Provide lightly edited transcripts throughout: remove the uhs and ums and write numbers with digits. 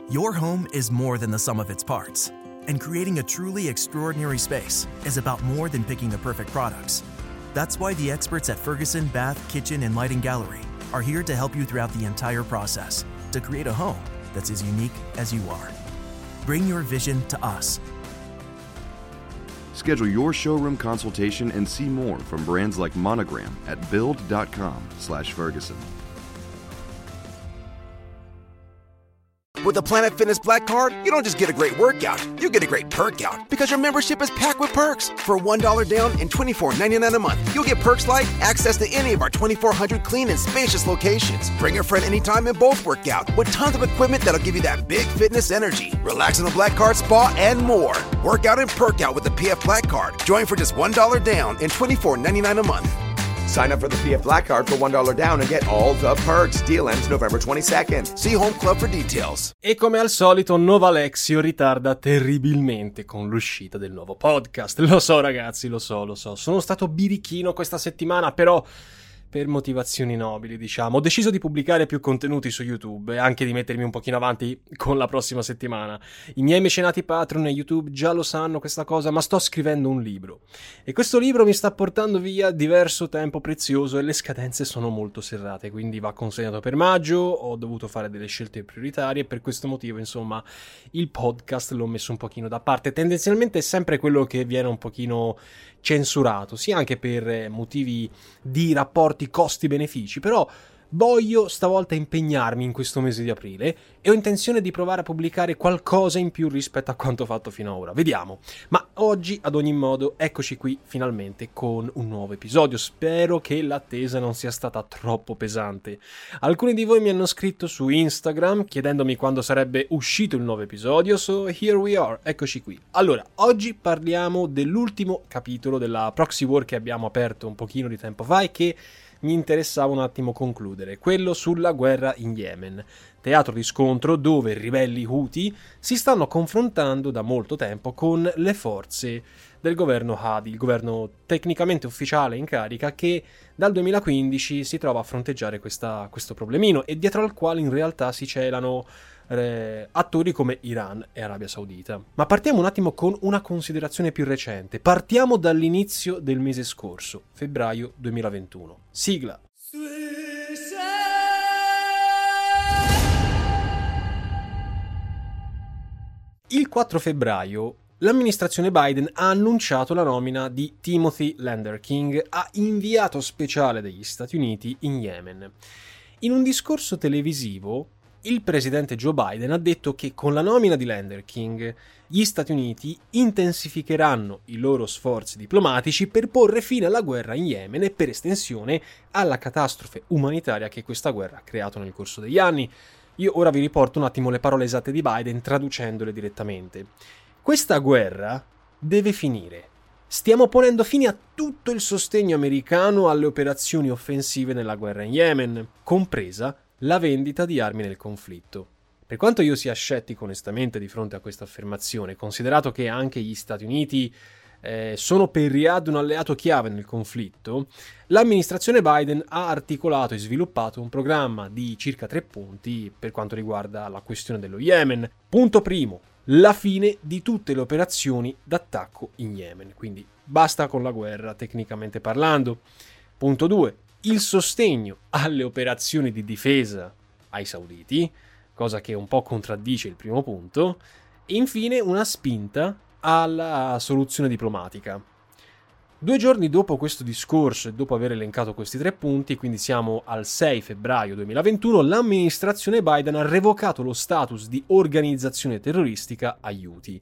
Your home is more than the sum of its parts, and creating a truly extraordinary space is about more than picking the perfect products. That's why the experts at Ferguson Bath, Kitchen, and Lighting Gallery are here to help you throughout the entire process to create a home that's as unique as you are. Bring your vision to us. Schedule your showroom consultation and see more from brands like Monogram at build.com/Ferguson. With the Planet Fitness Black Card, you don't just get a great workout, you get a great perk out because your membership is packed with perks. For $1 down and $24.99 a month, you'll get perks like access to any of our 2,400 clean and spacious locations. Bring a friend anytime and both work out with tons of equipment that'll give you that big fitness energy. Relax in the Black Card spa and more. Work out and perk out with the PF Black Card. Join for just $1 down and $24.99 a month. Sign up for the PF Black Card for $1 down and get all the perks. Deal ends November 22nd. See Home Club for details. E come al solito Nova Alexio ritarda terribilmente con l'uscita del nuovo podcast. Lo so ragazzi, lo so. Sono stato birichino questa settimana, però per motivazioni nobili, diciamo. Ho deciso di pubblicare più contenuti su YouTube e anche di mettermi un pochino avanti con la prossima settimana. I miei mecenati Patreon e YouTube già lo sanno questa cosa, ma sto scrivendo un libro. E questo libro mi sta portando via diverso tempo prezioso e le scadenze sono molto serrate, quindi va consegnato per maggio, ho dovuto fare delle scelte prioritarie e per questo motivo, insomma, il podcast l'ho messo un pochino da parte. Tendenzialmente è sempre quello che viene un pochino censurato, sia anche per motivi di rapporti costi-benefici, però voglio stavolta impegnarmi in questo mese di aprile e ho intenzione di provare a pubblicare qualcosa in più rispetto a quanto fatto fino ad ora. Vediamo. Ma oggi, ad ogni modo, eccoci qui finalmente con un nuovo episodio. Spero che l'attesa non sia stata troppo pesante. Alcuni di voi mi hanno scritto su Instagram chiedendomi quando sarebbe uscito il nuovo episodio, so here we are, eccoci qui. Allora, oggi parliamo dell'ultimo capitolo della Proxy War che abbiamo aperto un pochino di tempo fa e che mi interessava un attimo concludere, quello sulla guerra in Yemen, teatro di scontro dove i ribelli Houthi si stanno confrontando da molto tempo con le forze del governo Hadi, il governo tecnicamente ufficiale in carica che dal 2015 si trova a fronteggiare questo problemino e dietro al quale in realtà si celano attori come Iran e Arabia Saudita. Ma partiamo un attimo con una considerazione più recente. Partiamo dall'inizio del mese scorso, febbraio 2021. Sigla. Il 4 febbraio l'amministrazione Biden ha annunciato la nomina di Timothy Lander King a inviato speciale degli Stati Uniti in Yemen. In un discorso televisivo il presidente Joe Biden ha detto che con la nomina di Lander King gli Stati Uniti intensificheranno i loro sforzi diplomatici per porre fine alla guerra in Yemen e per estensione alla catastrofe umanitaria che questa guerra ha creato nel corso degli anni. Io ora vi riporto un attimo le parole esatte di Biden traducendole direttamente. Questa guerra deve finire. Stiamo ponendo fine a tutto il sostegno americano alle operazioni offensive nella guerra in Yemen, compresa la vendita di armi nel conflitto. Per quanto io sia scettico onestamente di fronte a questa affermazione, considerato che anche gli Stati Uniti sono per Riyadh un alleato chiave nel conflitto, l'amministrazione Biden ha articolato e sviluppato un programma di circa 3 punti per quanto riguarda la questione dello Yemen. Punto primo, la fine di tutte le operazioni d'attacco in Yemen, quindi basta con la guerra tecnicamente parlando. Punto 2, il sostegno alle operazioni di difesa ai sauditi, cosa che un po' contraddice il primo punto, e infine una spinta alla soluzione diplomatica. 2 giorni dopo questo discorso e dopo aver elencato questi 3 punti, quindi siamo al 6 febbraio 2021, l'amministrazione Biden ha revocato lo status di organizzazione terroristica agli Houthi,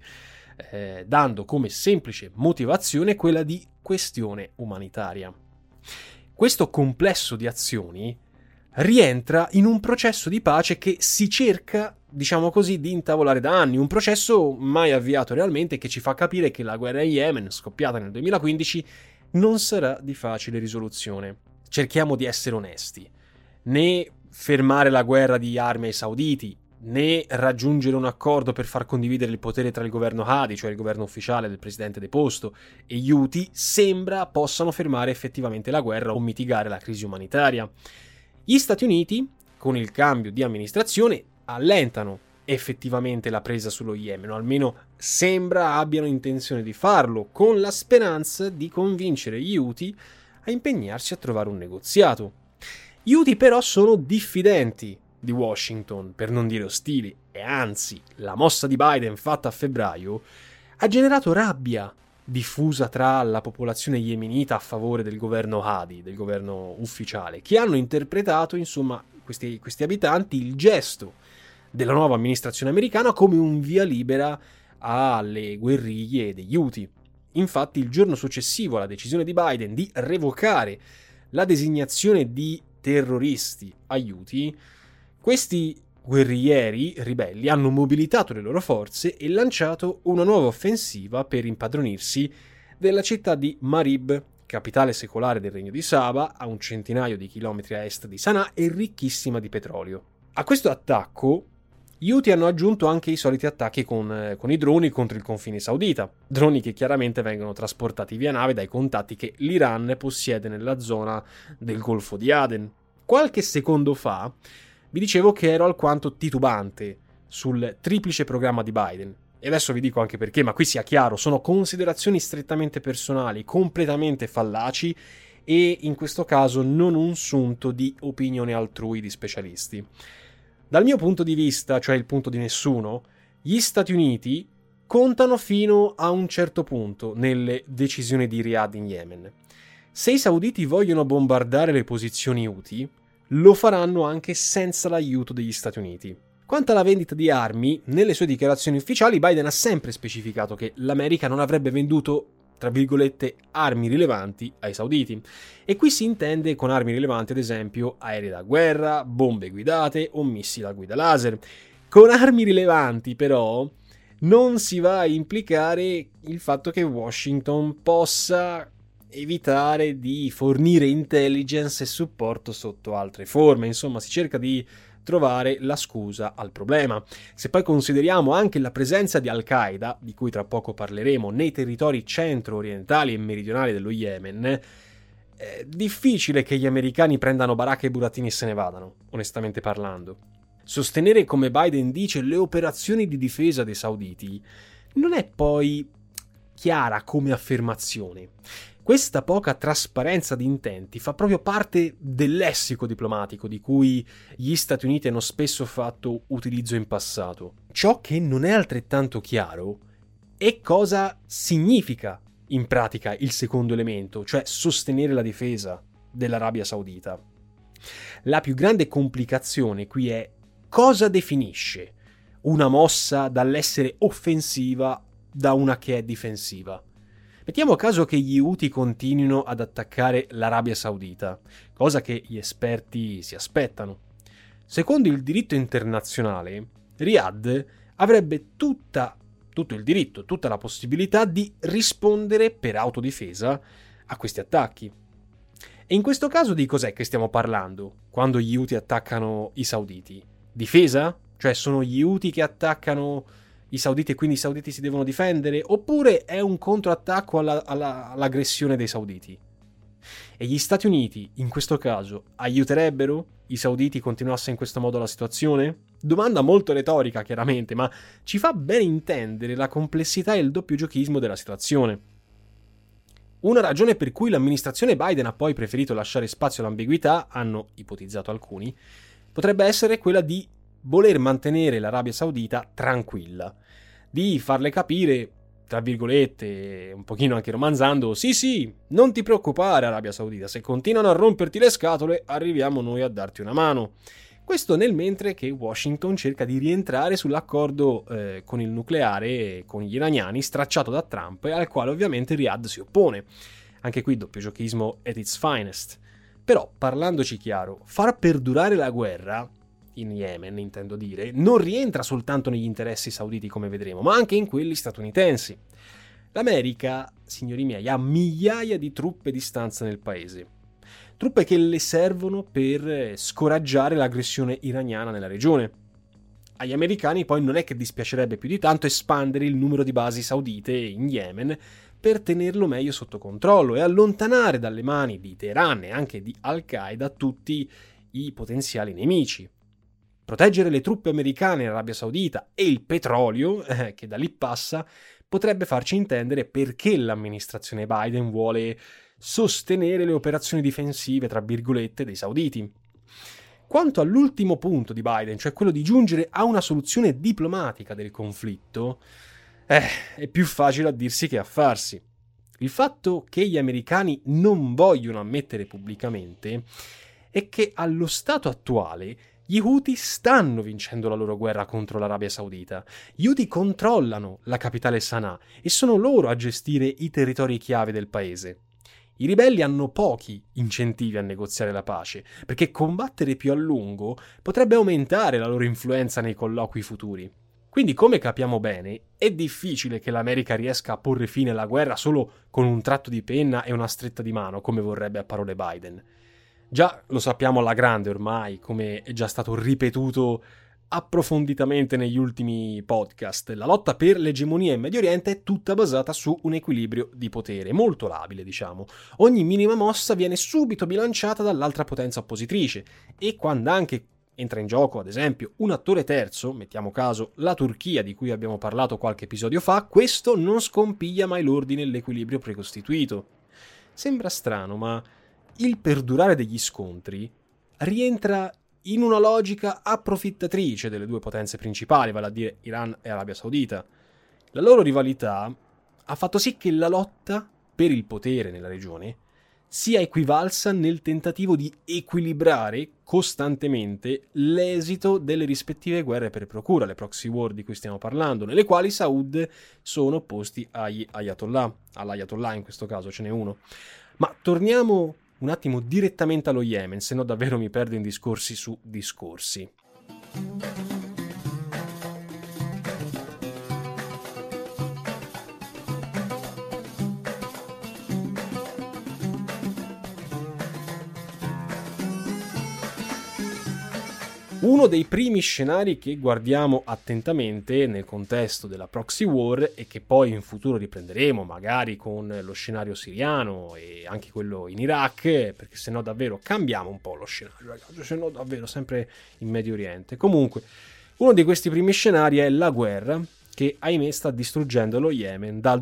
dando come semplice motivazione quella di questione umanitaria. Questo complesso di azioni rientra in un processo di pace che si cerca, diciamo così, di intavolare da anni, un processo mai avviato realmente che ci fa capire che la guerra in Yemen, scoppiata nel 2015, non sarà di facile risoluzione. Cerchiamo di essere onesti. Né fermare la guerra di armi ai sauditi, né raggiungere un accordo per far condividere il potere tra il governo Hadi, cioè il governo ufficiale del presidente deposto, e gli Houthi, sembra possano fermare effettivamente la guerra o mitigare la crisi umanitaria. Gli Stati Uniti, con il cambio di amministrazione, allentano effettivamente la presa sullo Yemen, o almeno sembra abbiano intenzione di farlo, con la speranza di convincere gli Houthi a impegnarsi a trovare un negoziato. Gli Houthi però sono diffidenti di Washington, per non dire ostili, e anzi, la mossa di Biden fatta a febbraio ha generato rabbia diffusa tra la popolazione yemenita a favore del governo Hadi, del governo ufficiale, che hanno interpretato, insomma, questi abitanti, il gesto della nuova amministrazione americana come un via libera alle guerriglie degli Houthi. Infatti, il giorno successivo alla decisione di Biden di revocare la designazione di terroristi agli Houthi, questi guerriglieri ribelli hanno mobilitato le loro forze e lanciato una nuova offensiva per impadronirsi della città di Marib, capitale secolare del regno di Saba, a un centinaio di chilometri a est di Sana'a e ricchissima di petrolio. A questo attacco gli Houthi hanno aggiunto anche i soliti attacchi con i droni contro il confine saudita, droni che chiaramente vengono trasportati via nave dai contatti che l'Iran possiede nella zona del Golfo di Aden. Qualche secondo fa vi dicevo che ero alquanto titubante sul triplice programma di Biden, e adesso vi dico anche perché, ma qui sia chiaro, sono considerazioni strettamente personali, completamente fallaci e in questo caso non un sunto di opinione altrui di specialisti. Dal mio punto di vista, cioè il punto di nessuno, gli Stati Uniti contano fino a un certo punto nelle decisioni di Riyadh in Yemen. Se i sauditi vogliono bombardare le posizioni Houthi, lo faranno anche senza l'aiuto degli Stati Uniti. Quanto alla vendita di armi, nelle sue dichiarazioni ufficiali Biden ha sempre specificato che l'America non avrebbe venduto, tra virgolette, armi rilevanti ai sauditi. E qui si intende con armi rilevanti, ad esempio, aerei da guerra, bombe guidate o missili a guida laser. Con armi rilevanti, però, non si va a implicare il fatto che Washington possa evitare di fornire intelligence e supporto sotto altre forme. Insomma, si cerca di trovare la scusa al problema. Se poi consideriamo anche la presenza di Al-Qaeda, di cui tra poco parleremo, nei territori centro-orientali e meridionali dello Yemen, è difficile che gli americani prendano baracca e burattini e se ne vadano, onestamente parlando. Sostenere, come Biden dice, le operazioni di difesa dei sauditi non è poi chiara come affermazione. Questa poca trasparenza di intenti fa proprio parte del lessico diplomatico di cui gli Stati Uniti hanno spesso fatto utilizzo in passato. Ciò che non è altrettanto chiaro è cosa significa in pratica il secondo elemento, cioè sostenere la difesa dell'Arabia Saudita. La più grande complicazione qui è cosa definisce una mossa dall'essere offensiva da una che è difensiva. Mettiamo caso che gli Houthi continuino ad attaccare l'Arabia Saudita, cosa che gli esperti si aspettano. Secondo il diritto internazionale, Riyadh avrebbe tutto il diritto, tutta la possibilità di rispondere per autodifesa a questi attacchi. E in questo caso di cos'è che stiamo parlando quando gli Houthi attaccano i sauditi? Difesa? Cioè sono gli Houthi che attaccano i sauditi e quindi i sauditi si devono difendere? Oppure è un controattacco all'aggressione dei sauditi? E gli Stati Uniti, in questo caso, aiuterebbero i sauditi continuasse in questo modo la situazione? Domanda molto retorica, chiaramente, ma ci fa ben intendere la complessità e il doppiogiochismo della situazione. Una ragione per cui l'amministrazione Biden ha poi preferito lasciare spazio all'ambiguità, hanno ipotizzato alcuni, potrebbe essere quella di voler mantenere l'Arabia Saudita tranquilla, di farle capire, tra virgolette, un pochino anche romanzando, sì, non ti preoccupare Arabia Saudita, se continuano a romperti le scatole arriviamo noi a darti una mano. Questo nel mentre che Washington cerca di rientrare sull'accordo con il nucleare con gli iraniani stracciato da Trump e al quale ovviamente Riyadh si oppone. Anche qui doppiogiochismo at its finest. Però, parlandoci chiaro, far perdurare la guerra in Yemen, intendo dire, non rientra soltanto negli interessi sauditi come vedremo, ma anche in quelli statunitensi. L'America, signori miei, ha migliaia di truppe di stanza nel paese. Truppe che le servono per scoraggiare l'aggressione iraniana nella regione. Agli americani poi non è che dispiacerebbe più di tanto espandere il numero di basi saudite in Yemen per tenerlo meglio sotto controllo e allontanare dalle mani di Teheran e anche di Al-Qaeda tutti i potenziali nemici. Proteggere le truppe americane in Arabia Saudita e il petrolio, che da lì passa, potrebbe farci intendere perché l'amministrazione Biden vuole sostenere le operazioni difensive, tra virgolette, dei sauditi. Quanto all'ultimo punto di Biden, cioè quello di giungere a una soluzione diplomatica del conflitto, è più facile a dirsi che a farsi. Il fatto che gli americani non vogliono ammettere pubblicamente è che allo stato attuale gli Houthi stanno vincendo la loro guerra contro l'Arabia Saudita. Gli Houthi controllano la capitale Sana'a e sono loro a gestire i territori chiave del paese. I ribelli hanno pochi incentivi a negoziare la pace, perché combattere più a lungo potrebbe aumentare la loro influenza nei colloqui futuri. Quindi, come capiamo bene, è difficile che l'America riesca a porre fine alla guerra solo con un tratto di penna e una stretta di mano, come vorrebbe a parole Biden. Già lo sappiamo alla grande ormai, come è già stato ripetuto approfonditamente negli ultimi podcast. La lotta per l'egemonia in Medio Oriente è tutta basata su un equilibrio di potere, molto labile, diciamo. Ogni minima mossa viene subito bilanciata dall'altra potenza oppositrice e quando anche entra in gioco, ad esempio, un attore terzo, mettiamo caso la Turchia di cui abbiamo parlato qualche episodio fa, questo non scompiglia mai l'ordine e l'equilibrio precostituito. Sembra strano, ma il perdurare degli scontri rientra in una logica approfittatrice delle due potenze principali, vale a dire Iran e Arabia Saudita. La loro rivalità ha fatto sì che la lotta per il potere nella regione sia equivalsa nel tentativo di equilibrare costantemente l'esito delle rispettive guerre per procura, le proxy war di cui stiamo parlando, nelle quali i Saud sono opposti agli Ayatollah, all'Ayatollah in questo caso ce n'è uno. Ma torniamo un attimo direttamente allo Yemen, se no davvero mi perdo in discorsi su discorsi. Uno dei primi scenari che guardiamo attentamente nel contesto della proxy war e che poi in futuro riprenderemo magari con lo scenario siriano e anche quello in Iraq, perché sennò davvero cambiamo un po' lo scenario, ragazzi, sennò davvero sempre in Medio Oriente. Comunque, uno di questi primi scenari è la guerra che ahimè sta distruggendo lo Yemen dal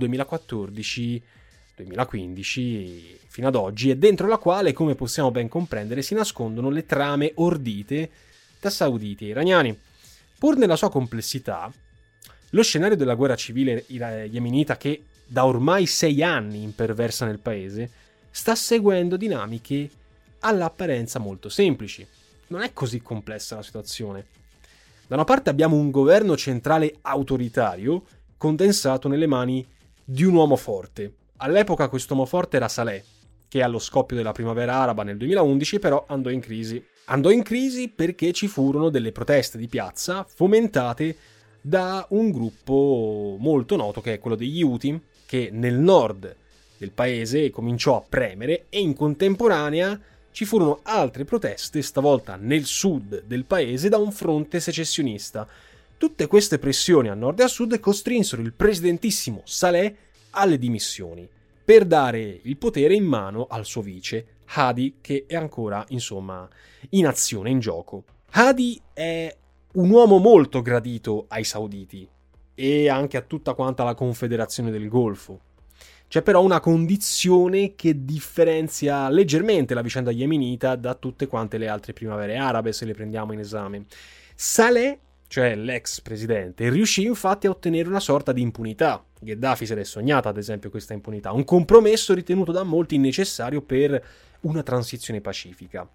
2014-2015 fino ad oggi e dentro la quale, come possiamo ben comprendere, si nascondono le trame ordite da sauditi e iraniani. Pur nella sua complessità, lo scenario della guerra civile yemenita che da ormai 6 anni imperversa nel paese sta seguendo dinamiche all'apparenza molto semplici. Non è così complessa la situazione. Da una parte abbiamo un governo centrale autoritario condensato nelle mani di un uomo forte. All'epoca questo uomo forte era Saleh, che allo scoppio della primavera araba nel 2011 però andò in crisi. Andò in crisi perché ci furono delle proteste di piazza fomentate da un gruppo molto noto che è quello degli Houthi, che nel nord del paese cominciò a premere e in contemporanea ci furono altre proteste, stavolta nel sud del paese, da un fronte secessionista. Tutte queste pressioni a nord e a sud costrinsero il presidentissimo Saleh alle dimissioni per dare il potere in mano al suo vice, Hadi, che è ancora, insomma, in azione, in gioco. Hadi è un uomo molto gradito ai sauditi e anche a tutta quanta la confederazione del Golfo. C'è però una condizione che differenzia leggermente la vicenda yemenita da tutte quante le altre primavere arabe, se le prendiamo in esame. Saleh, cioè l'ex presidente, riuscì infatti a ottenere una sorta di impunità. Gheddafi se l'è sognata, ad esempio, questa impunità, un compromesso ritenuto da molti necessario per una transizione pacifica.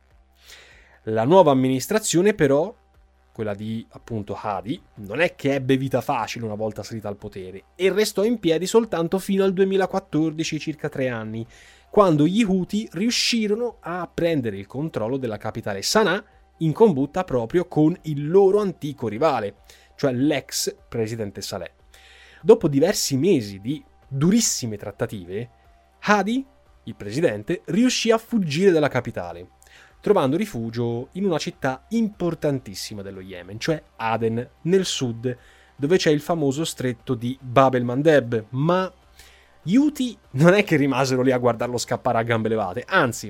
La nuova amministrazione però, quella di appunto Hadi, non è che ebbe vita facile una volta salita al potere e restò in piedi soltanto fino al 2014, circa 3 anni, quando gli Houthi riuscirono a prendere il controllo della capitale Sana'a in combutta proprio con il loro antico rivale, cioè l'ex presidente Saleh. Dopo diversi mesi di durissime trattative, Hadi, il presidente, riuscì a fuggire dalla capitale, trovando rifugio in una città importantissima dello Yemen, cioè Aden, nel sud, dove c'è il famoso stretto di Bab el-Mandeb. Ma gli Houthi non è che rimasero lì a guardarlo scappare a gambe levate, anzi,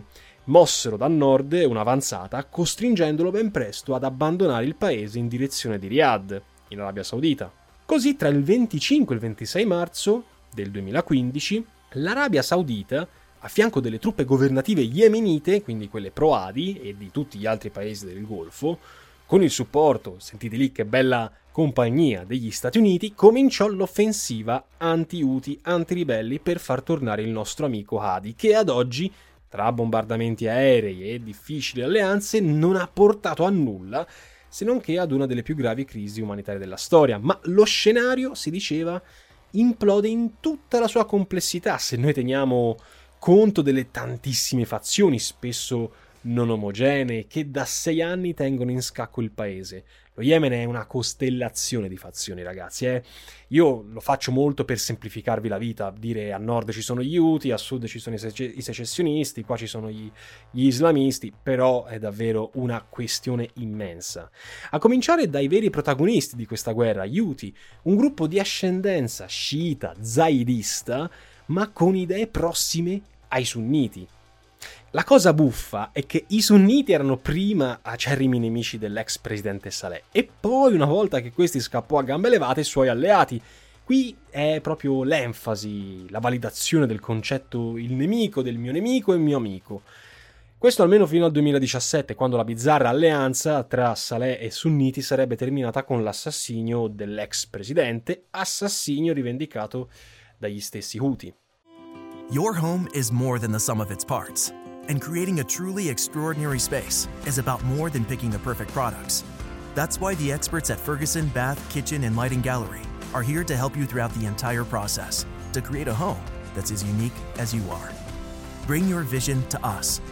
mossero da nord un'avanzata, costringendolo ben presto ad abbandonare il paese in direzione di Riyadh, in Arabia Saudita. Così tra il 25 e il 26 marzo del 2015 l'Arabia Saudita, a fianco delle truppe governative yemenite, quindi quelle pro-Hadi e di tutti gli altri paesi del Golfo, con il supporto, sentite lì che bella compagnia, degli Stati Uniti, cominciò l'offensiva anti-Houthi, anti-ribelli per far tornare il nostro amico Hadi, che ad oggi, tra bombardamenti aerei e difficili alleanze, non ha portato a nulla, se non che ad una delle più gravi crisi umanitarie della storia. Ma lo scenario, si diceva, implode in tutta la sua complessità, se noi teniamo conto delle tantissime fazioni, spesso non omogenee, che da 6 anni tengono in scacco il paese. Lo Yemen è una costellazione di fazioni, ragazzi. Io lo faccio molto per semplificarvi la vita, dire a nord ci sono gli Houthi, a sud ci sono i secessionisti, qua ci sono gli islamisti, però è davvero una questione immensa. A cominciare dai veri protagonisti di questa guerra, gli Houthi, un gruppo di ascendenza sciita, zaidista, ma con idee prossime ai sunniti. La cosa buffa è che i sunniti erano prima acerrimi nemici dell'ex presidente Saleh e poi, una volta che questi scappò a gambe levate, i suoi alleati. Qui è proprio l'enfasi, la validazione del concetto il nemico del mio nemico e il mio amico. Questo almeno fino al 2017, quando la bizzarra alleanza tra Saleh e sunniti sarebbe terminata con l'assassinio dell'ex presidente, assassinio rivendicato dagli stessi Houthi. Your home is more than the sum of its parts, and creating a truly extraordinary space is about more than picking the perfect products. That's why the experts at Ferguson Bath, Kitchen, and Lighting Gallery are here to help you throughout the entire process to create a home that's as unique as you are. Bring your vision to us.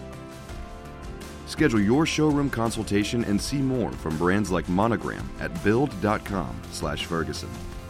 Schedule your showroom consultation and see more from brands like Monogram at build.com/Ferguson.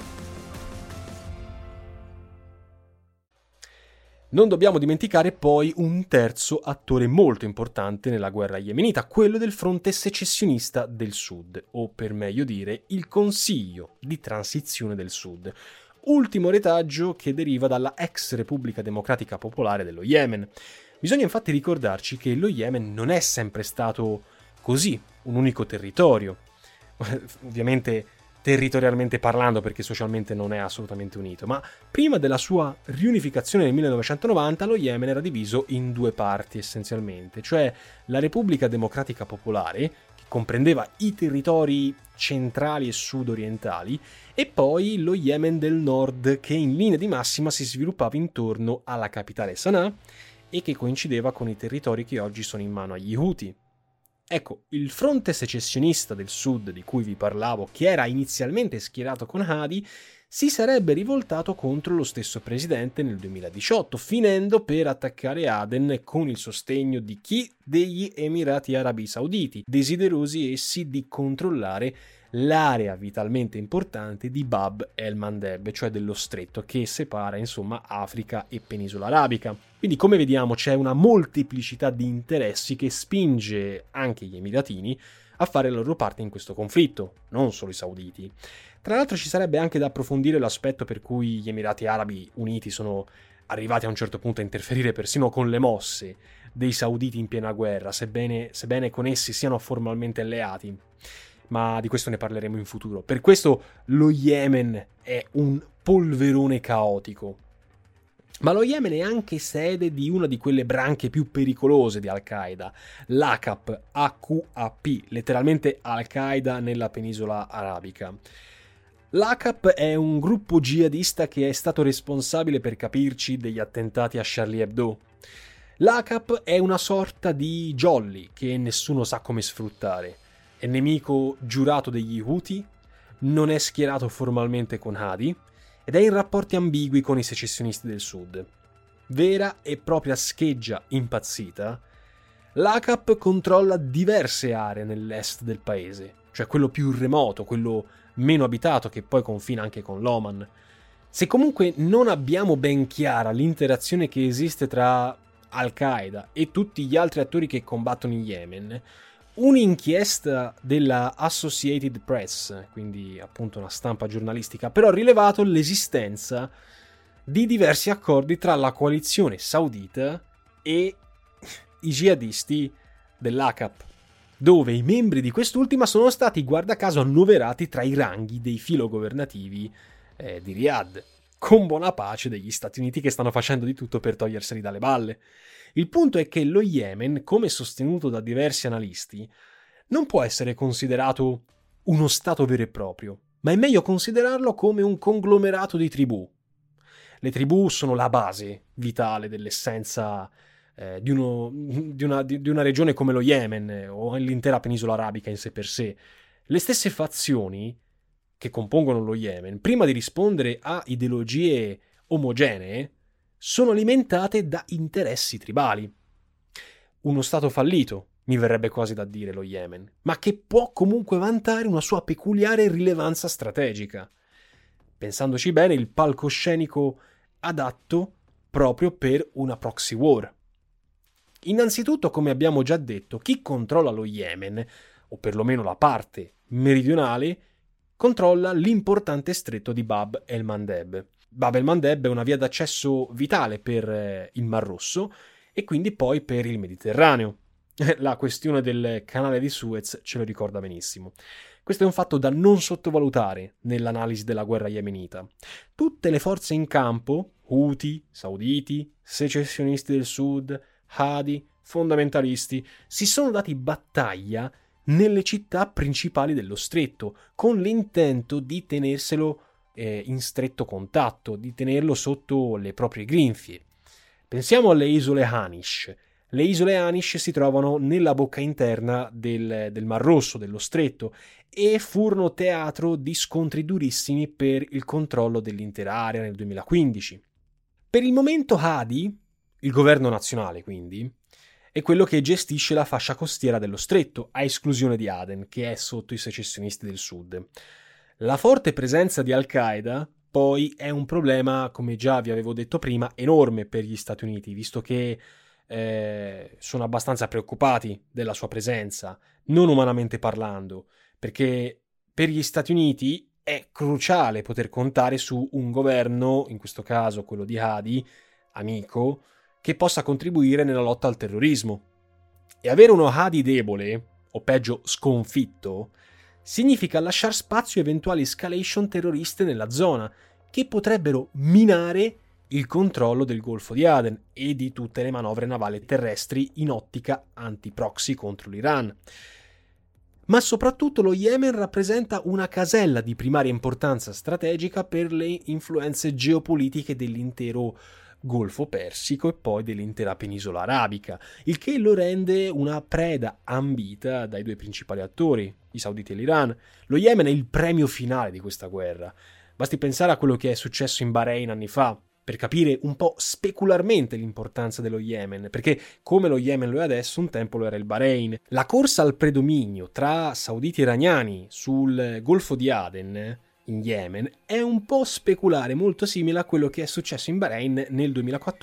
Non dobbiamo dimenticare poi un terzo attore molto importante nella guerra yemenita, quello del fronte secessionista del Sud, o per meglio dire il Consiglio di Transizione del Sud, ultimo retaggio che deriva dalla ex Repubblica Democratica Popolare dello Yemen. Bisogna infatti ricordarci che lo Yemen non è sempre stato così, un unico territorio. Ovviamente territorialmente parlando, perché socialmente non è assolutamente unito, ma prima della sua riunificazione nel 1990 lo Yemen era diviso in 2 parti essenzialmente, cioè la Repubblica Democratica Popolare, che comprendeva i territori centrali e sud-orientali, e poi lo Yemen del Nord, che in linea di massima si sviluppava intorno alla capitale Sana'a e che coincideva con i territori che oggi sono in mano agli Houthi. Ecco, il fronte secessionista del Sud di cui vi parlavo, che era inizialmente schierato con Hadi, si sarebbe rivoltato contro lo stesso presidente nel 2018, finendo per attaccare Aden con il sostegno di chi? Degli Emirati Arabi Sauditi, desiderosi essi di controllare l'area vitalmente importante di Bab el-Mandeb, cioè dello stretto che separa insomma Africa e penisola arabica. Quindi, come vediamo, c'è una molteplicità di interessi che spinge anche gli emiratini a fare la loro parte in questo conflitto, non solo i sauditi. Tra l'altro ci sarebbe anche da approfondire l'aspetto per cui gli Emirati Arabi Uniti sono arrivati a un certo punto a interferire persino con le mosse dei sauditi in piena guerra, sebbene con essi siano formalmente alleati. Ma di questo ne parleremo in futuro. Per questo lo Yemen è un polverone caotico. Ma lo Yemen è anche sede di una di quelle branche più pericolose di Al-Qaeda, l'AQAP, letteralmente Al-Qaeda nella penisola arabica. L'AQAP è un gruppo jihadista che è stato responsabile, per capirci, degli attentati a Charlie Hebdo. L'AQAP è una sorta di jolly che nessuno sa come sfruttare. È nemico giurato degli Houthi, non è schierato formalmente con Hadi ed è in rapporti ambigui con i secessionisti del Sud. Vera e propria scheggia impazzita, l'AQAP controlla diverse aree nell'est del paese, cioè quello più remoto, quello meno abitato, che poi confina anche con l'Oman. Se comunque non abbiamo ben chiara l'interazione che esiste tra Al-Qaeda e tutti gli altri attori che combattono in Yemen, un'inchiesta della Associated Press, quindi appunto una stampa giornalistica, però ha rilevato l'esistenza di diversi accordi tra la coalizione saudita e i jihadisti dell'AKAP, dove i membri di quest'ultima sono stati guarda caso annoverati tra i ranghi dei filogovernativi di Riyadh, con buona pace degli Stati Uniti che stanno facendo di tutto per toglierseli dalle balle. Il punto è che lo Yemen, come sostenuto da diversi analisti, non può essere considerato uno stato vero e proprio, ma è meglio considerarlo come un conglomerato di tribù. Le tribù sono la base vitale dell'essenza di una regione come lo Yemen o l'intera penisola arabica in sé per sé. Le stesse fazioni che compongono lo Yemen, prima di rispondere a ideologie omogenee, sono alimentate da interessi tribali. Uno stato fallito, mi verrebbe quasi da dire, lo Yemen, ma che può comunque vantare una sua peculiare rilevanza strategica. Pensandoci bene, il palcoscenico adatto proprio per una proxy war. Innanzitutto, come abbiamo già detto, chi controlla lo Yemen, o perlomeno la parte meridionale, controlla l'importante stretto di Bab el-Mandeb. Bab el-Mandeb è una via d'accesso vitale per il Mar Rosso e quindi poi per il Mediterraneo. La questione del canale di Suez ce lo ricorda benissimo. Questo è un fatto da non sottovalutare nell'analisi della guerra yemenita. Tutte le forze in campo, Houthi, sauditi, secessionisti del sud, Hadi, fondamentalisti, si sono dati battaglia nelle città principali dello stretto, con l'intento di tenerselo in stretto contatto, di tenerlo sotto le proprie grinfie. Pensiamo alle isole Hanish. Le isole Hanish si trovano nella bocca interna del Mar Rosso, dello stretto, e furono teatro di scontri durissimi per il controllo dell'intera area nel 2015. Per il momento Hadi, il governo nazionale quindi, è quello che gestisce la fascia costiera dello stretto, a esclusione di Aden, che è sotto i secessionisti del sud. La forte presenza di Al-Qaeda, poi, è un problema, come già vi avevo detto prima, enorme per gli Stati Uniti, visto che sono abbastanza preoccupati della sua presenza, non umanamente parlando, perché per gli Stati Uniti è cruciale poter contare su un governo, in questo caso quello di Hadi, amico, che possa contribuire nella lotta al terrorismo. E avere uno Hadi debole, o peggio sconfitto, significa lasciare spazio a eventuali escalation terroriste nella zona, che potrebbero minare il controllo del Golfo di Aden e di tutte le manovre navali terrestri in ottica anti-proxy contro l'Iran. Ma soprattutto lo Yemen rappresenta una casella di primaria importanza strategica per le influenze geopolitiche dell'intero Golfo Persico e poi dell'intera penisola arabica, il che lo rende una preda ambita dai due principali attori, i sauditi e l'Iran. Lo Yemen è il premio finale di questa guerra. Basti pensare a quello che è successo in Bahrain anni fa, per capire un po' specularmente l'importanza dello Yemen, perché come lo Yemen lo è adesso, un tempo lo era il Bahrain. La corsa al predominio tra sauditi e iraniani sul Golfo di Aden, in Yemen, è un po' speculare, molto simile a quello che è successo in Bahrain nel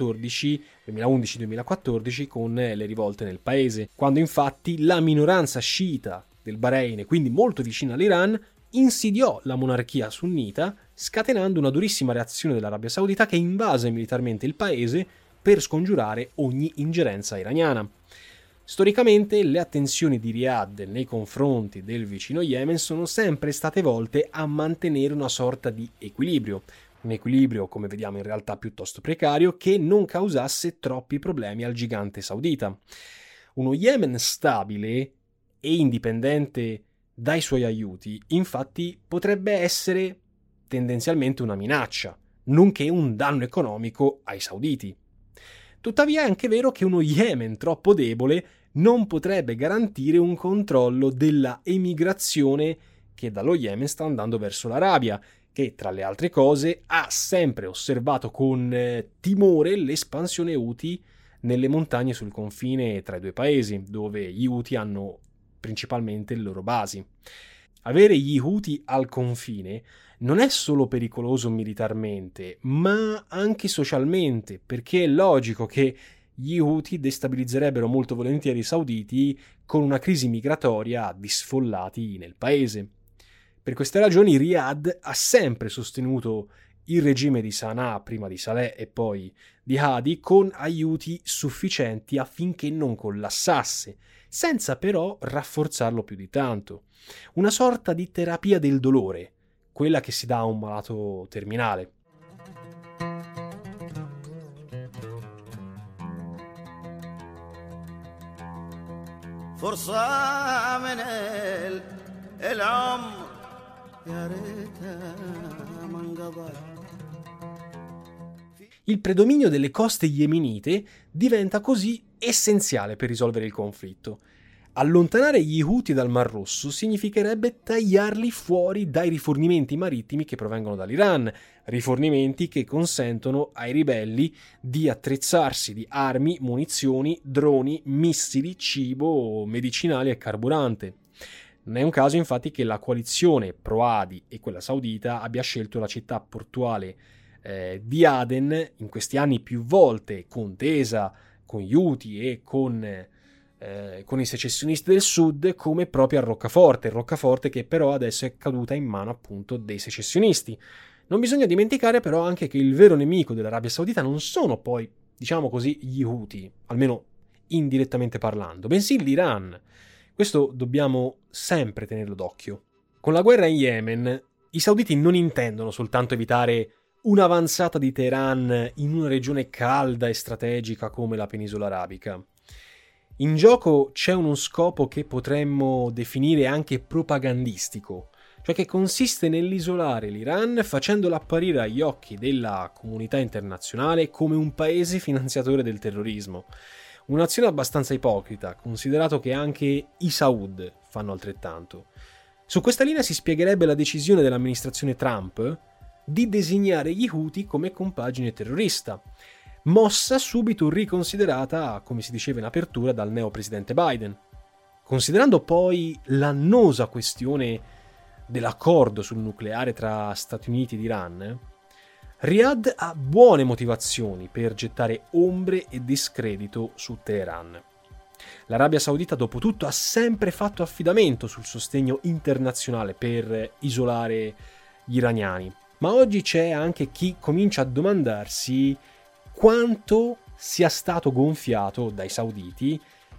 2011-2014 con le rivolte nel paese, quando infatti la minoranza sciita del Bahrain, quindi molto vicina all'Iran, insidiò la monarchia sunnita, scatenando una durissima reazione dell'Arabia Saudita che invase militarmente il paese per scongiurare ogni ingerenza iraniana. Storicamente le attenzioni di Riyadh nei confronti del vicino Yemen sono sempre state volte a mantenere una sorta di equilibrio, un equilibrio, come vediamo, in realtà piuttosto precario, che non causasse troppi problemi al gigante saudita. Uno Yemen stabile e indipendente dai suoi aiuti, infatti, potrebbe essere tendenzialmente una minaccia, nonché un danno economico ai sauditi. Tuttavia è anche vero che uno Yemen troppo debole non potrebbe garantire un controllo della emigrazione che dallo Yemen sta andando verso l'Arabia, che tra le altre cose ha sempre osservato con timore l'espansione Houthi nelle montagne sul confine tra i due paesi, dove gli Houthi hanno principalmente le loro basi. Avere gli Houthi al confine non è solo pericoloso militarmente, ma anche socialmente, perché è logico che gli Houthi destabilizzerebbero molto volentieri i sauditi con una crisi migratoria di sfollati nel paese. Per queste ragioni Riyadh ha sempre sostenuto il regime di Sana'a prima di Saleh e poi di Hadi con aiuti sufficienti affinché non collassasse, senza però rafforzarlo più di tanto. Una sorta di terapia del dolore, quella che si dà a un malato terminale. Il predominio delle coste yemenite diventa così essenziale per risolvere il conflitto. Allontanare gli Houthi dal Mar Rosso significherebbe tagliarli fuori dai rifornimenti marittimi che provengono dall'Iran, rifornimenti che consentono ai ribelli di attrezzarsi di armi, munizioni, droni, missili, cibo, medicinali e carburante. Non è un caso infatti che la coalizione pro-Hadi e quella saudita abbia scelto la città portuale di Aden, in questi anni più volte contesa con gli Houthi e con i secessionisti del sud, come proprio a Roccaforte che però adesso è caduta in mano appunto dei secessionisti. Non bisogna dimenticare però anche che il vero nemico dell'Arabia Saudita non sono poi, diciamo così, gli Houthi, almeno indirettamente parlando, bensì l'Iran. Questo dobbiamo sempre tenerlo d'occhio. Con la guerra in Yemen, i sauditi non intendono soltanto evitare un'avanzata di Teheran in una regione calda e strategica come la penisola arabica. In gioco c'è uno scopo che potremmo definire anche propagandistico, cioè che consiste nell'isolare l'Iran facendolo apparire agli occhi della comunità internazionale come un paese finanziatore del terrorismo. Un'azione abbastanza ipocrita, considerato che anche i Saud fanno altrettanto. Su questa linea si spiegherebbe la decisione dell'amministrazione Trump di designare gli Houthi come compagine terrorista, mossa subito riconsiderata, come si diceva in apertura, dal neopresidente Biden. Considerando poi l'annosa questione dell'accordo sul nucleare tra Stati Uniti ed Iran, Riyadh ha buone motivazioni per gettare ombre e discredito su Teheran. L'Arabia Saudita, dopo tutto, ha sempre fatto affidamento sul sostegno internazionale per isolare gli iraniani, ma oggi c'è anche chi comincia a domandarsi quanto sia stato gonfiato dai sauditi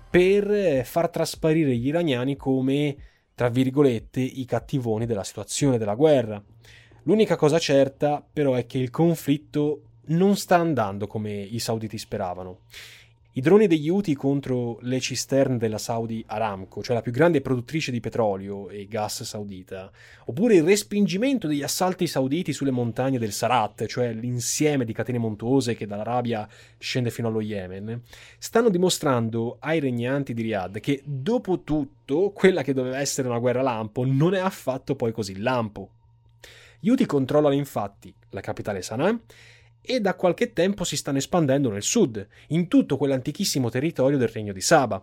per far trasparire gli iraniani come, tra virgolette, i cattivoni della situazione della guerra. L'unica cosa certa però è che il conflitto non sta andando come i sauditi speravano. I droni degli Houthi contro le cisterne della Saudi Aramco, cioè la più grande produttrice di petrolio e gas saudita, oppure il respingimento degli assalti sauditi sulle montagne del Sarat, cioè l'insieme di catene montuose che dall'Arabia scende fino allo Yemen, stanno dimostrando ai regnanti di Riyadh che dopo tutto quella che doveva essere una guerra lampo non è affatto poi così lampo. Gli Houthi controllano infatti la capitale Sana'a e da qualche tempo si stanno espandendo nel sud, in tutto quell'antichissimo territorio del regno di Saba.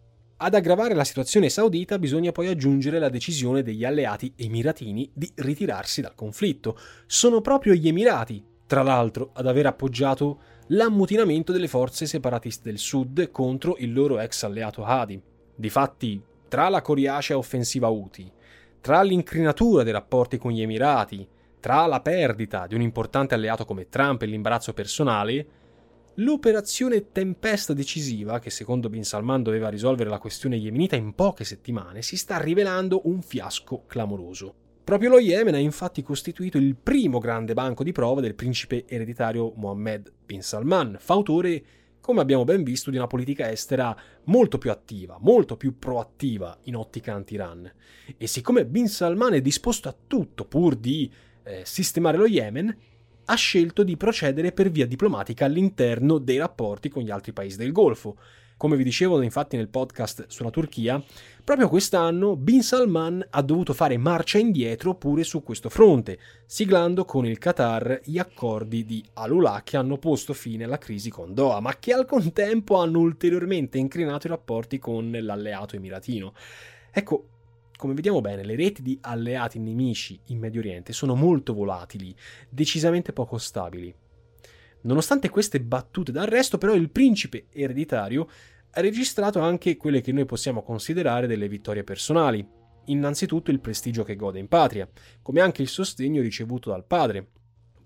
Ad aggravare la situazione saudita bisogna poi aggiungere la decisione degli alleati emiratini di ritirarsi dal conflitto. Sono proprio gli Emirati, tra l'altro, ad aver appoggiato l'ammutinamento delle forze separatiste del sud contro il loro ex alleato Hadi. Difatti, tra la coriacea offensiva Houthi, tra l'incrinatura dei rapporti con gli Emirati, tra la perdita di un importante alleato come Trump e l'imbarazzo personale, l'operazione tempesta decisiva, che secondo Bin Salman doveva risolvere la questione yemenita in poche settimane, si sta rivelando un fiasco clamoroso. Proprio lo Yemen ha infatti costituito il primo grande banco di prova del principe ereditario Mohammed Bin Salman, fautore, come abbiamo ben visto, di una politica estera molto più attiva, molto più proattiva in ottica anti-Iran. E siccome Bin Salman è disposto a tutto pur di sistemare lo Yemen, ha scelto di procedere per via diplomatica all'interno dei rapporti con gli altri paesi del Golfo. Come vi dicevo infatti nel podcast sulla Turchia, proprio quest'anno Bin Salman ha dovuto fare marcia indietro pure su questo fronte, siglando con il Qatar gli accordi di Al-Ula che hanno posto fine alla crisi con Doha, ma che al contempo hanno ulteriormente incrinato i rapporti con l'alleato emiratino. Ecco, come vediamo bene, le reti di alleati nemici in Medio Oriente sono molto volatili, decisamente poco stabili. Nonostante queste battute d'arresto, però, il principe ereditario ha registrato anche quelle che noi possiamo considerare delle vittorie personali. Innanzitutto il prestigio che gode in patria, come anche il sostegno ricevuto dal padre.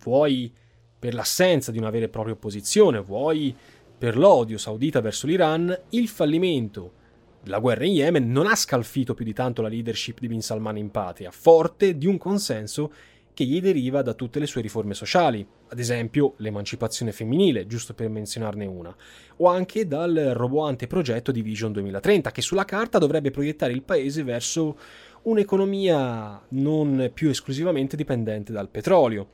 vuoi per l'assenza di una vera e propria opposizione, vuoi per l'odio saudita verso l'Iran, il fallimento della guerra in Yemen non ha scalfito più di tanto la leadership di Bin Salman in patria, forte di un consenso che gli deriva da tutte le sue riforme sociali, ad esempio l'emancipazione femminile, giusto per menzionarne una, o anche dal roboante progetto di Vision 2030, che sulla carta dovrebbe proiettare il paese verso un'economia non più esclusivamente dipendente dal petrolio.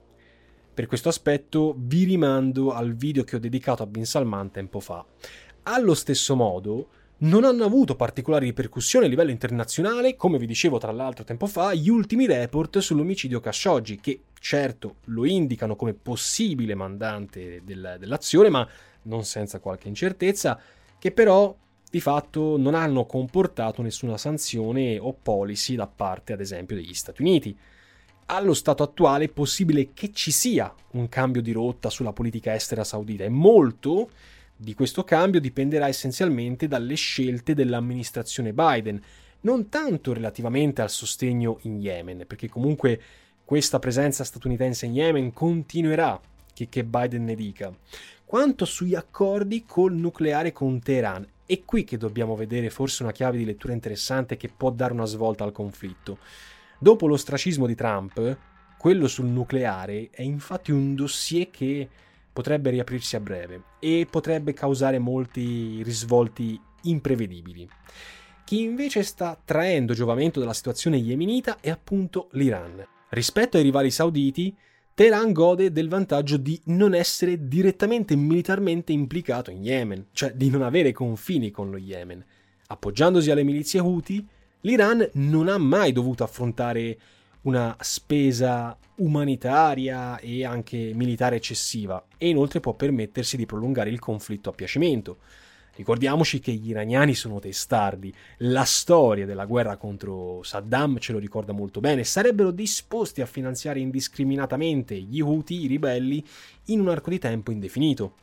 Per questo aspetto vi rimando al video che ho dedicato a Bin Salman tempo fa. Allo stesso modo, non hanno avuto particolari ripercussioni a livello internazionale, come vi dicevo tra l'altro tempo fa, gli ultimi report sull'omicidio Khashoggi, che certo lo indicano come possibile mandante dell'azione, ma non senza qualche incertezza, che però di fatto non hanno comportato nessuna sanzione o policy da parte, ad esempio, degli Stati Uniti. Allo stato attuale è possibile che ci sia un cambio di rotta sulla politica estera saudita e molto di questo cambio dipenderà essenzialmente dalle scelte dell'amministrazione Biden, non tanto relativamente al sostegno in Yemen, perché comunque questa presenza statunitense in Yemen continuerà, che Biden ne dica, quanto sugli accordi col nucleare con Teheran. È qui che dobbiamo vedere forse una chiave di lettura interessante che può dare una svolta al conflitto. Dopo l'ostracismo di Trump, quello sul nucleare è infatti un dossier che potrebbe riaprirsi a breve e potrebbe causare molti risvolti imprevedibili. Chi invece sta traendo giovamento dalla situazione yemenita è appunto l'Iran. Rispetto ai rivali sauditi, Teheran gode del vantaggio di non essere direttamente militarmente implicato in Yemen, cioè di non avere confini con lo Yemen. Appoggiandosi alle milizie Houthi, l'Iran non ha mai dovuto affrontare una spesa umanitaria e anche militare eccessiva e inoltre può permettersi di prolungare il conflitto a piacimento. Ricordiamoci che gli iraniani sono testardi, la storia della guerra contro Saddam ce lo ricorda molto bene, sarebbero disposti a finanziare indiscriminatamente gli Houthi, i ribelli, in un arco di tempo indefinito.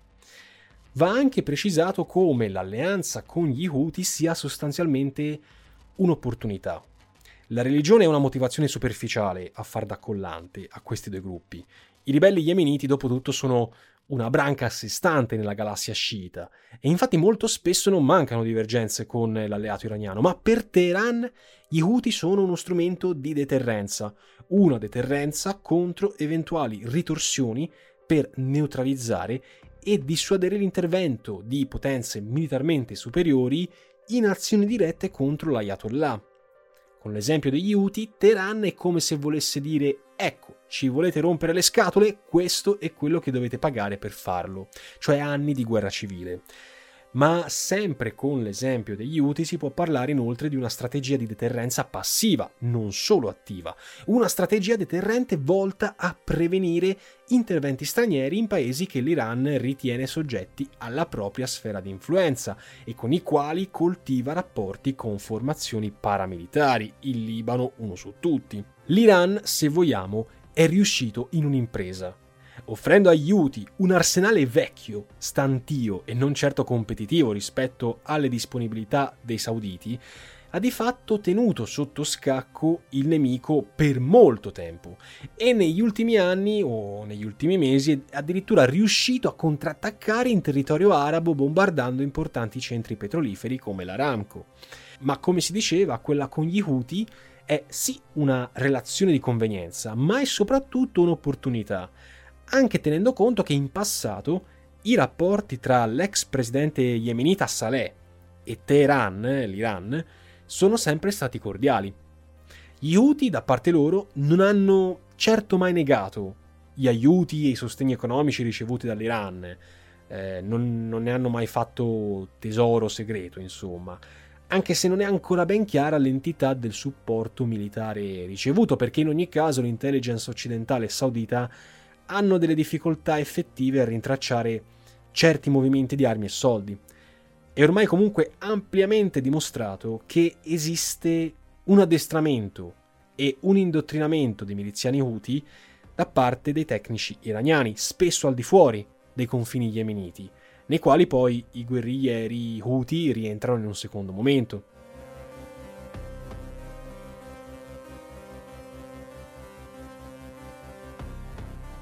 Va anche precisato come l'alleanza con gli Houthi sia sostanzialmente un'opportunità. La religione è una motivazione superficiale a far da collante a questi due gruppi. I ribelli yemeniti, dopo tutto, sono una branca a sé stante nella galassia sciita e infatti molto spesso non mancano divergenze con l'alleato iraniano, ma per Teheran gli Houthi sono uno strumento di deterrenza, una deterrenza contro eventuali ritorsioni per neutralizzare e dissuadere l'intervento di potenze militarmente superiori in azioni dirette contro l'Ayatollah. Con l'esempio degli Houthi, Teheran è come se volesse dire: ecco, ci volete rompere le scatole? Questo è quello che dovete pagare per farlo, cioè anni di guerra civile. Ma sempre con l'esempio degli Houthi si può parlare inoltre di una strategia di deterrenza passiva, non solo attiva, una strategia deterrente volta a prevenire interventi stranieri in paesi che l'Iran ritiene soggetti alla propria sfera di influenza e con i quali coltiva rapporti con formazioni paramilitari, il Libano uno su tutti. L'Iran, se vogliamo, è riuscito in un'impresa. Offrendo agli Houthi un arsenale vecchio, stantio e non certo competitivo rispetto alle disponibilità dei sauditi, ha di fatto tenuto sotto scacco il nemico per molto tempo e negli ultimi anni o negli ultimi mesi è addirittura riuscito a contrattaccare in territorio arabo bombardando importanti centri petroliferi come l'Aramco. Ma come si diceva, quella con gli Houthi è sì una relazione di convenienza, ma è soprattutto un'opportunità, anche tenendo conto che in passato i rapporti tra l'ex presidente yemenita Saleh e Teheran, l'Iran, sono sempre stati cordiali. Gli Houthi, da parte loro, non hanno certo mai negato gli aiuti e i sostegni economici ricevuti dall'Iran, non ne hanno mai fatto tesoro segreto, insomma, anche se non è ancora ben chiara l'entità del supporto militare ricevuto, perché in ogni caso l'intelligence occidentale e saudita hanno delle difficoltà effettive a rintracciare certi movimenti di armi e soldi. È ormai comunque ampiamente dimostrato che esiste un addestramento e un indottrinamento dei miliziani Houthi da parte dei tecnici iraniani, spesso al di fuori dei confini yemeniti, nei quali poi i guerriglieri Houthi rientrano in un secondo momento.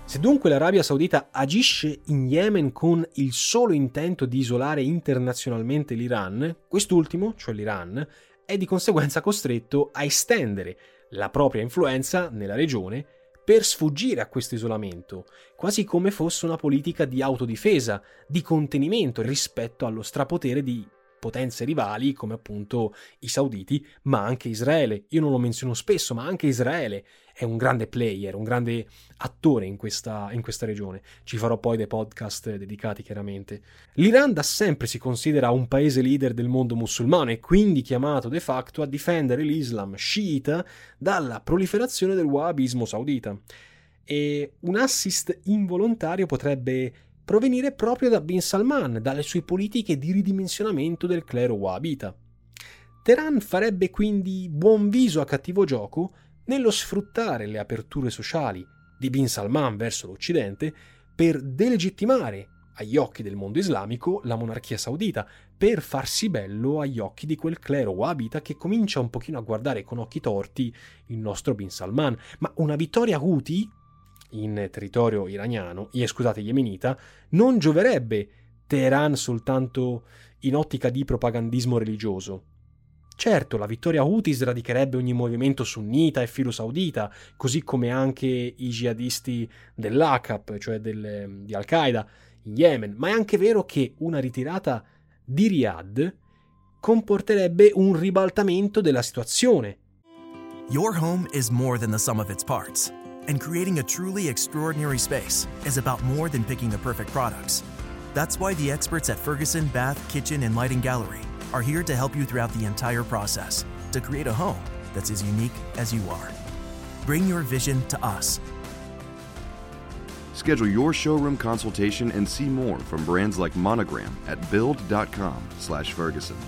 Se dunque l'Arabia Saudita agisce in Yemen con il solo intento di isolare internazionalmente l'Iran, quest'ultimo, cioè l'Iran, è di conseguenza costretto a estendere la propria influenza nella regione per sfuggire a questo isolamento, quasi come fosse una politica di autodifesa, di contenimento rispetto allo strapotere di potenze rivali come appunto i sauditi, ma anche Israele. Io non lo menziono spesso, ma anche Israele è un grande player, un grande attore in questa regione. Ci farò poi dei podcast dedicati chiaramente. L'Iran da sempre si considera un paese leader del mondo musulmano e quindi chiamato de facto a difendere l'Islam sciita dalla proliferazione del wahhabismo saudita. E un assist involontario potrebbe provenire proprio da Bin Salman, dalle sue politiche di ridimensionamento del clero wahhabita. Teheran farebbe quindi buon viso a cattivo gioco nello sfruttare le aperture sociali di Bin Salman verso l'Occidente per delegittimare agli occhi del mondo islamico la monarchia saudita, per farsi bello agli occhi di quel clero wahhabita che comincia un pochino a guardare con occhi torti il nostro Bin Salman. Ma una vittoria Houthi in territorio yemenita non gioverebbe Teheran soltanto in ottica di propagandismo religioso. Certo, la vittoria Houthi sradicherebbe ogni movimento sunnita e filo-saudita, così come anche i jihadisti dell'AQAP, cioè di Al-Qaeda, in Yemen, ma è anche vero che una ritirata di Riyadh comporterebbe un ribaltamento della situazione. Your home is more than the sum of its parts, and creating a truly extraordinary space is about more than picking the perfect products. That's why the experts at Ferguson Bath, Kitchen, and Lighting Gallery are here to help you throughout the entire process to create a home that's as unique as you are. Bring your vision to us. Schedule your showroom consultation and see more from brands like Monogram at build.com/Ferguson.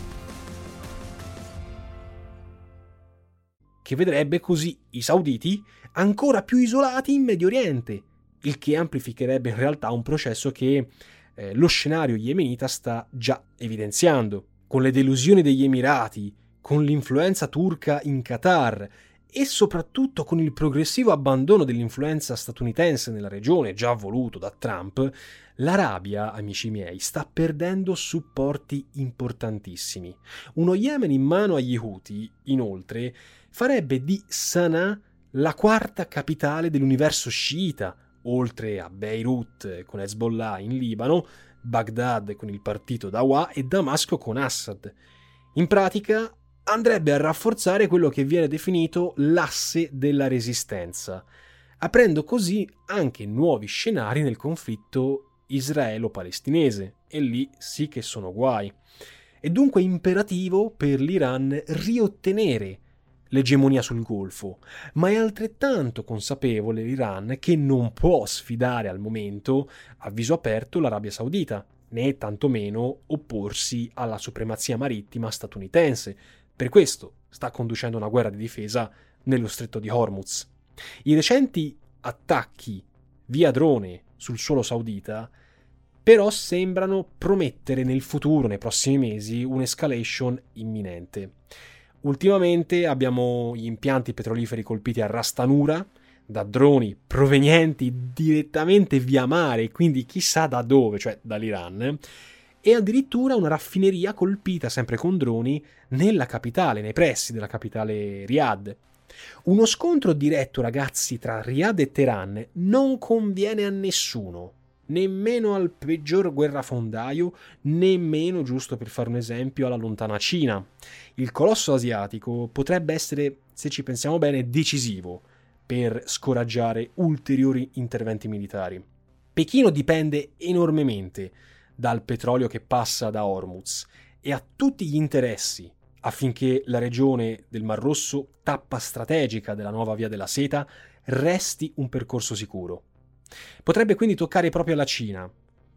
Che vedrebbe così i sauditi ancora più isolati in Medio Oriente, il che amplificherebbe in realtà un processo che lo scenario yemenita sta già evidenziando, con le delusioni degli Emirati, con l'influenza turca in Qatar e soprattutto con il progressivo abbandono dell'influenza statunitense nella regione, già voluto da Trump. L'Arabia, amici miei, sta perdendo supporti importantissimi. Uno Yemen in mano agli Houthi, inoltre, farebbe di Sana'a la quarta capitale dell'universo sciita, oltre a Beirut con Hezbollah in Libano, Baghdad con il partito Dawa e Damasco con Assad. In pratica andrebbe a rafforzare quello che viene definito l'asse della resistenza, aprendo così anche nuovi scenari nel conflitto israelo-palestinese, e lì sì che sono guai. È dunque imperativo per l'Iran riottenere l'egemonia sul Golfo, ma è altrettanto consapevole l'Iran che non può sfidare al momento a viso aperto l'Arabia Saudita, né tantomeno opporsi alla supremazia marittima statunitense. Per questo sta conducendo una guerra di difesa nello stretto di Hormuz. I recenti attacchi via drone sul suolo saudita però sembrano promettere nel futuro, nei prossimi mesi, un'escalation imminente. Ultimamente abbiamo gli impianti petroliferi colpiti a Ras Tanura da droni provenienti direttamente via mare, quindi chissà da dove, cioè dall'Iran, e addirittura una raffineria colpita sempre con droni nella capitale, nei pressi della capitale Riyadh. Uno scontro diretto, ragazzi, tra Riyadh e Teheran non conviene a nessuno, nemmeno al peggior guerrafondaio, nemmeno, giusto per fare un esempio, alla lontana Cina. Il colosso asiatico potrebbe essere, se ci pensiamo bene, decisivo per scoraggiare ulteriori interventi militari. Pechino dipende enormemente dal petrolio che passa da Hormuz e ha tutti gli interessi affinché la regione del Mar Rosso, tappa strategica della nuova via della seta, resti un percorso sicuro. Potrebbe quindi toccare proprio alla Cina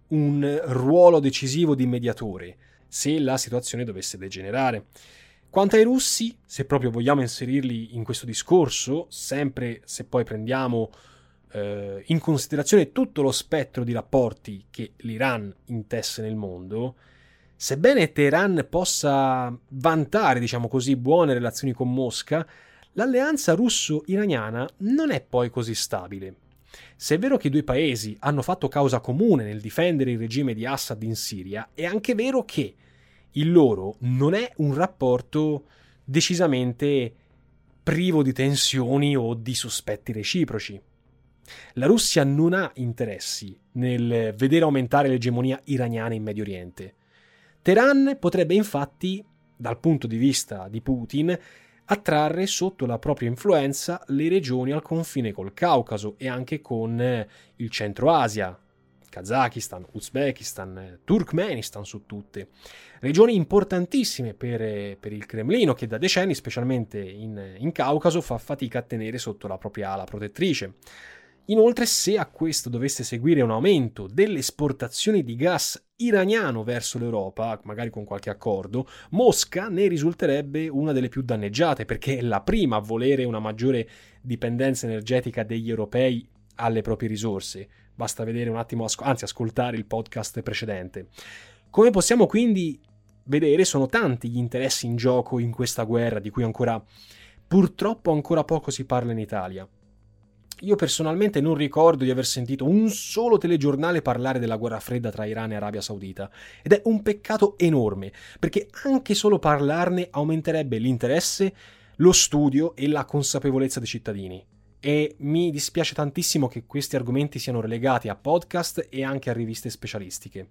un ruolo decisivo di mediatore se la situazione dovesse degenerare. Quanto ai russi, se proprio vogliamo inserirli in questo discorso, sempre se poi prendiamo in considerazione tutto lo spettro di rapporti che l'Iran intesse nel mondo, sebbene Teheran possa vantare, diciamo così, buone relazioni con Mosca, l'alleanza russo-iraniana non è poi così stabile. Se è vero che i due paesi hanno fatto causa comune nel difendere il regime di Assad in Siria, è anche vero che il loro non è un rapporto decisamente privo di tensioni o di sospetti reciproci. La Russia non ha interessi nel vedere aumentare l'egemonia iraniana in Medio Oriente. Teheran potrebbe infatti, dal punto di vista di Putin, attrarre sotto la propria influenza le regioni al confine col Caucaso e anche con il Centro Asia, Kazakistan, Uzbekistan, Turkmenistan su tutte. Regioni importantissime per il Cremlino, che da decenni, specialmente in Caucaso, fa fatica a tenere sotto la propria ala protettrice. Inoltre, se a questo dovesse seguire un aumento delle esportazioni di gas iraniano verso l'Europa, magari con qualche accordo, Mosca ne risulterebbe una delle più danneggiate, perché è la prima a volere una maggiore dipendenza energetica degli europei alle proprie risorse. Basta vedere un attimo, ascoltare il podcast precedente. Come possiamo quindi vedere, sono tanti gli interessi in gioco in questa guerra, di cui purtroppo ancora poco si parla in Italia. Io personalmente non ricordo di aver sentito un solo telegiornale parlare della guerra fredda tra Iran e Arabia Saudita, ed è un peccato enorme, perché anche solo parlarne aumenterebbe l'interesse, lo studio e la consapevolezza dei cittadini. E mi dispiace tantissimo che questi argomenti siano relegati a podcast e anche a riviste specialistiche.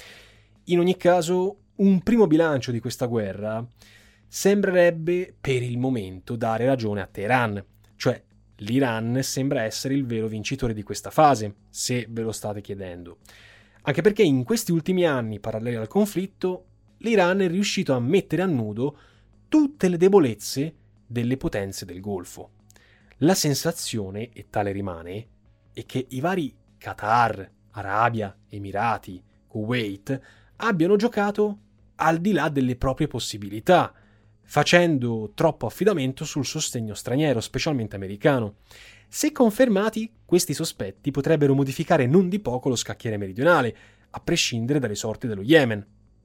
In ogni caso, un primo bilancio di questa guerra sembrerebbe per il momento dare ragione a Teheran, cioè l'Iran sembra essere il vero vincitore di questa fase, se ve lo state chiedendo. Anche perché in questi ultimi anni, paralleli al conflitto, l'Iran è riuscito a mettere a nudo tutte le debolezze delle potenze del Golfo. La sensazione, e tale rimane, è che i vari Qatar, Arabia, Emirati, Kuwait abbiano giocato al di là delle proprie possibilità, facendo troppo affidamento sul sostegno straniero, specialmente americano. Se confermati, questi sospetti potrebbero modificare non di poco lo scacchiere meridionale, a prescindere dalle sorti dello Yemen.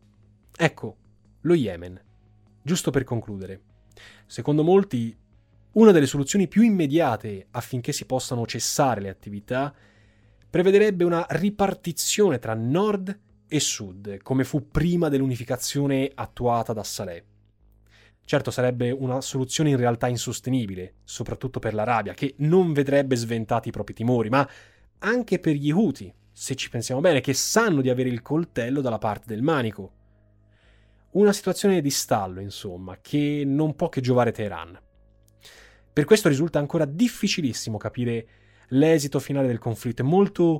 Ecco, lo Yemen. Giusto per concludere. Secondo molti, una delle soluzioni più immediate affinché si possano cessare le attività prevederebbe una ripartizione tra nord e sud, come fu prima dell'unificazione attuata da Saleh. Certo, sarebbe una soluzione in realtà insostenibile, soprattutto per l'Arabia, che non vedrebbe sventati i propri timori, ma anche per gli Houthi, se ci pensiamo bene, che sanno di avere il coltello dalla parte del manico. Una situazione di stallo, insomma, che non può che giovare Teheran. Per questo risulta ancora difficilissimo capire l'esito finale del conflitto, è molto,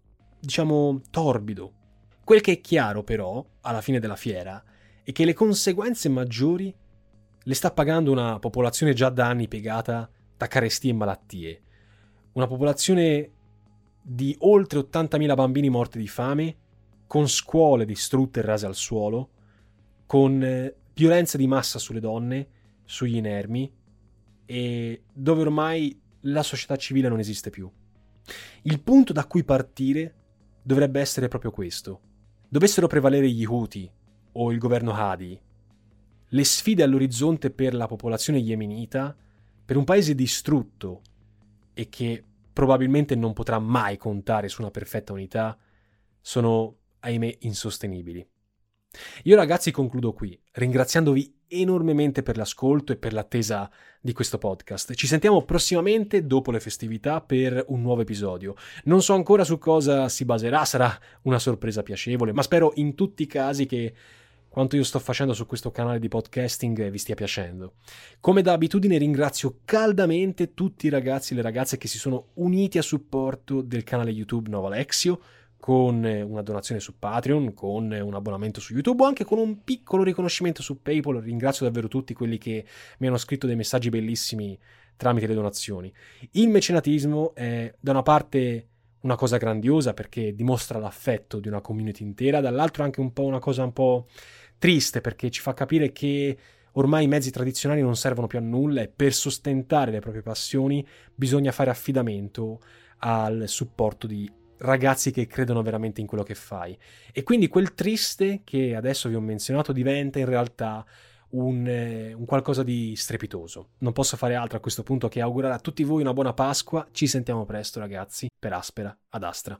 torbido. Quel che è chiaro, però, alla fine della fiera, è che le conseguenze maggiori le sta pagando una popolazione già da anni piegata da carestie e malattie. Una popolazione di oltre 80.000 bambini morti di fame, con scuole distrutte e rase al suolo, con violenza di massa sulle donne, sugli inermi, e dove ormai la società civile non esiste più. Il punto da cui partire dovrebbe essere proprio questo. Dovessero prevalere gli Houthi o il governo Hadi, le sfide all'orizzonte per la popolazione yemenita, per un paese distrutto e che probabilmente non potrà mai contare su una perfetta unità, sono, ahimè, insostenibili. Io ragazzi concludo qui, ringraziandovi enormemente per l'ascolto e per l'attesa di questo podcast. Ci sentiamo prossimamente dopo le festività per un nuovo episodio. Non so ancora su cosa si baserà, sarà una sorpresa piacevole, ma spero in tutti i casi che quanto io sto facendo su questo canale di podcasting vi stia piacendo. Come da abitudine ringrazio caldamente tutti i ragazzi e le ragazze che si sono uniti a supporto del canale YouTube Nova Lexio, con una donazione su Patreon, con un abbonamento su YouTube o anche con un piccolo riconoscimento su PayPal. Ringrazio davvero tutti quelli che mi hanno scritto dei messaggi bellissimi tramite le donazioni. Il mecenatismo è da una parte una cosa grandiosa perché dimostra l'affetto di una community intera, dall'altro anche un po' una cosa un po' triste perché ci fa capire che ormai i mezzi tradizionali non servono più a nulla e per sostentare le proprie passioni bisogna fare affidamento al supporto di ragazzi che credono veramente in quello che fai. E quindi quel triste che adesso vi ho menzionato diventa in realtà un qualcosa di strepitoso. Non posso fare altro a questo punto che augurare a tutti voi una buona Pasqua. Ci sentiamo presto, ragazzi, per Aspera ad Astra.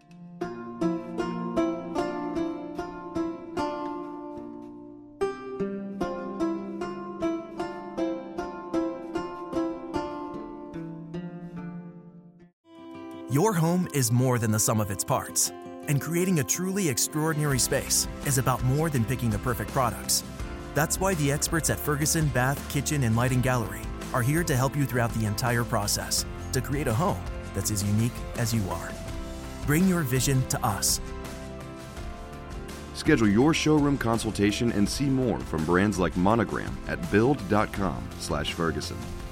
Your home is more than the sum of its parts, and creating a truly extraordinary space is about more than picking the perfect products. That's why the experts at Ferguson Bath, Kitchen, and Lighting Gallery are here to help you throughout the entire process to create a home that's as unique as you are. Bring your vision to us. Schedule your showroom consultation and see more from brands like Monogram at build.com/Ferguson.